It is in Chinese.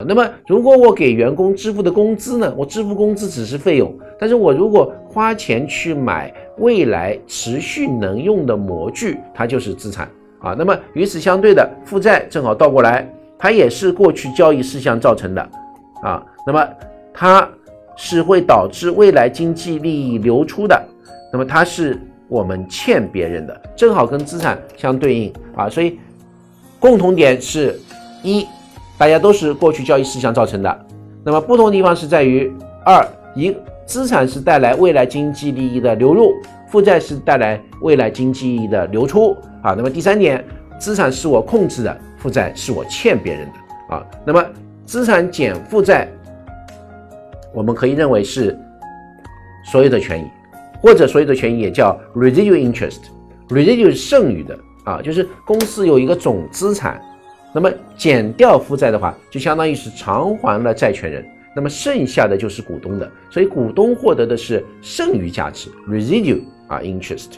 那么如果我给员工支付的工资呢，我支付工资只是费用，但是我如果花钱去买未来持续能用的模具，它就是资产啊。那么与此相对的负债正好倒过来，它也是过去交易事项造成的啊，那么它是会导致未来经济利益流出的，那么它是我们欠别人的，正好跟资产相对应啊。所以共同点是一，大家都是过去交易事项造成的，那么不同的地方是在于二，资产是带来未来经济利益的流入，负债是带来未来经济利益的流出啊。那么第三点，资产是我控制的，负债是我欠别人的啊。那么资产减负债，我们可以认为是所有的权益，或者所有的权益也叫 residual interest。residual 是剩余的啊，就是公司有一个总资产，那么减掉负债的话，就相当于是偿还了债权人，那么剩下的就是股东的，所以股东获得的是剩余价值 residual interest。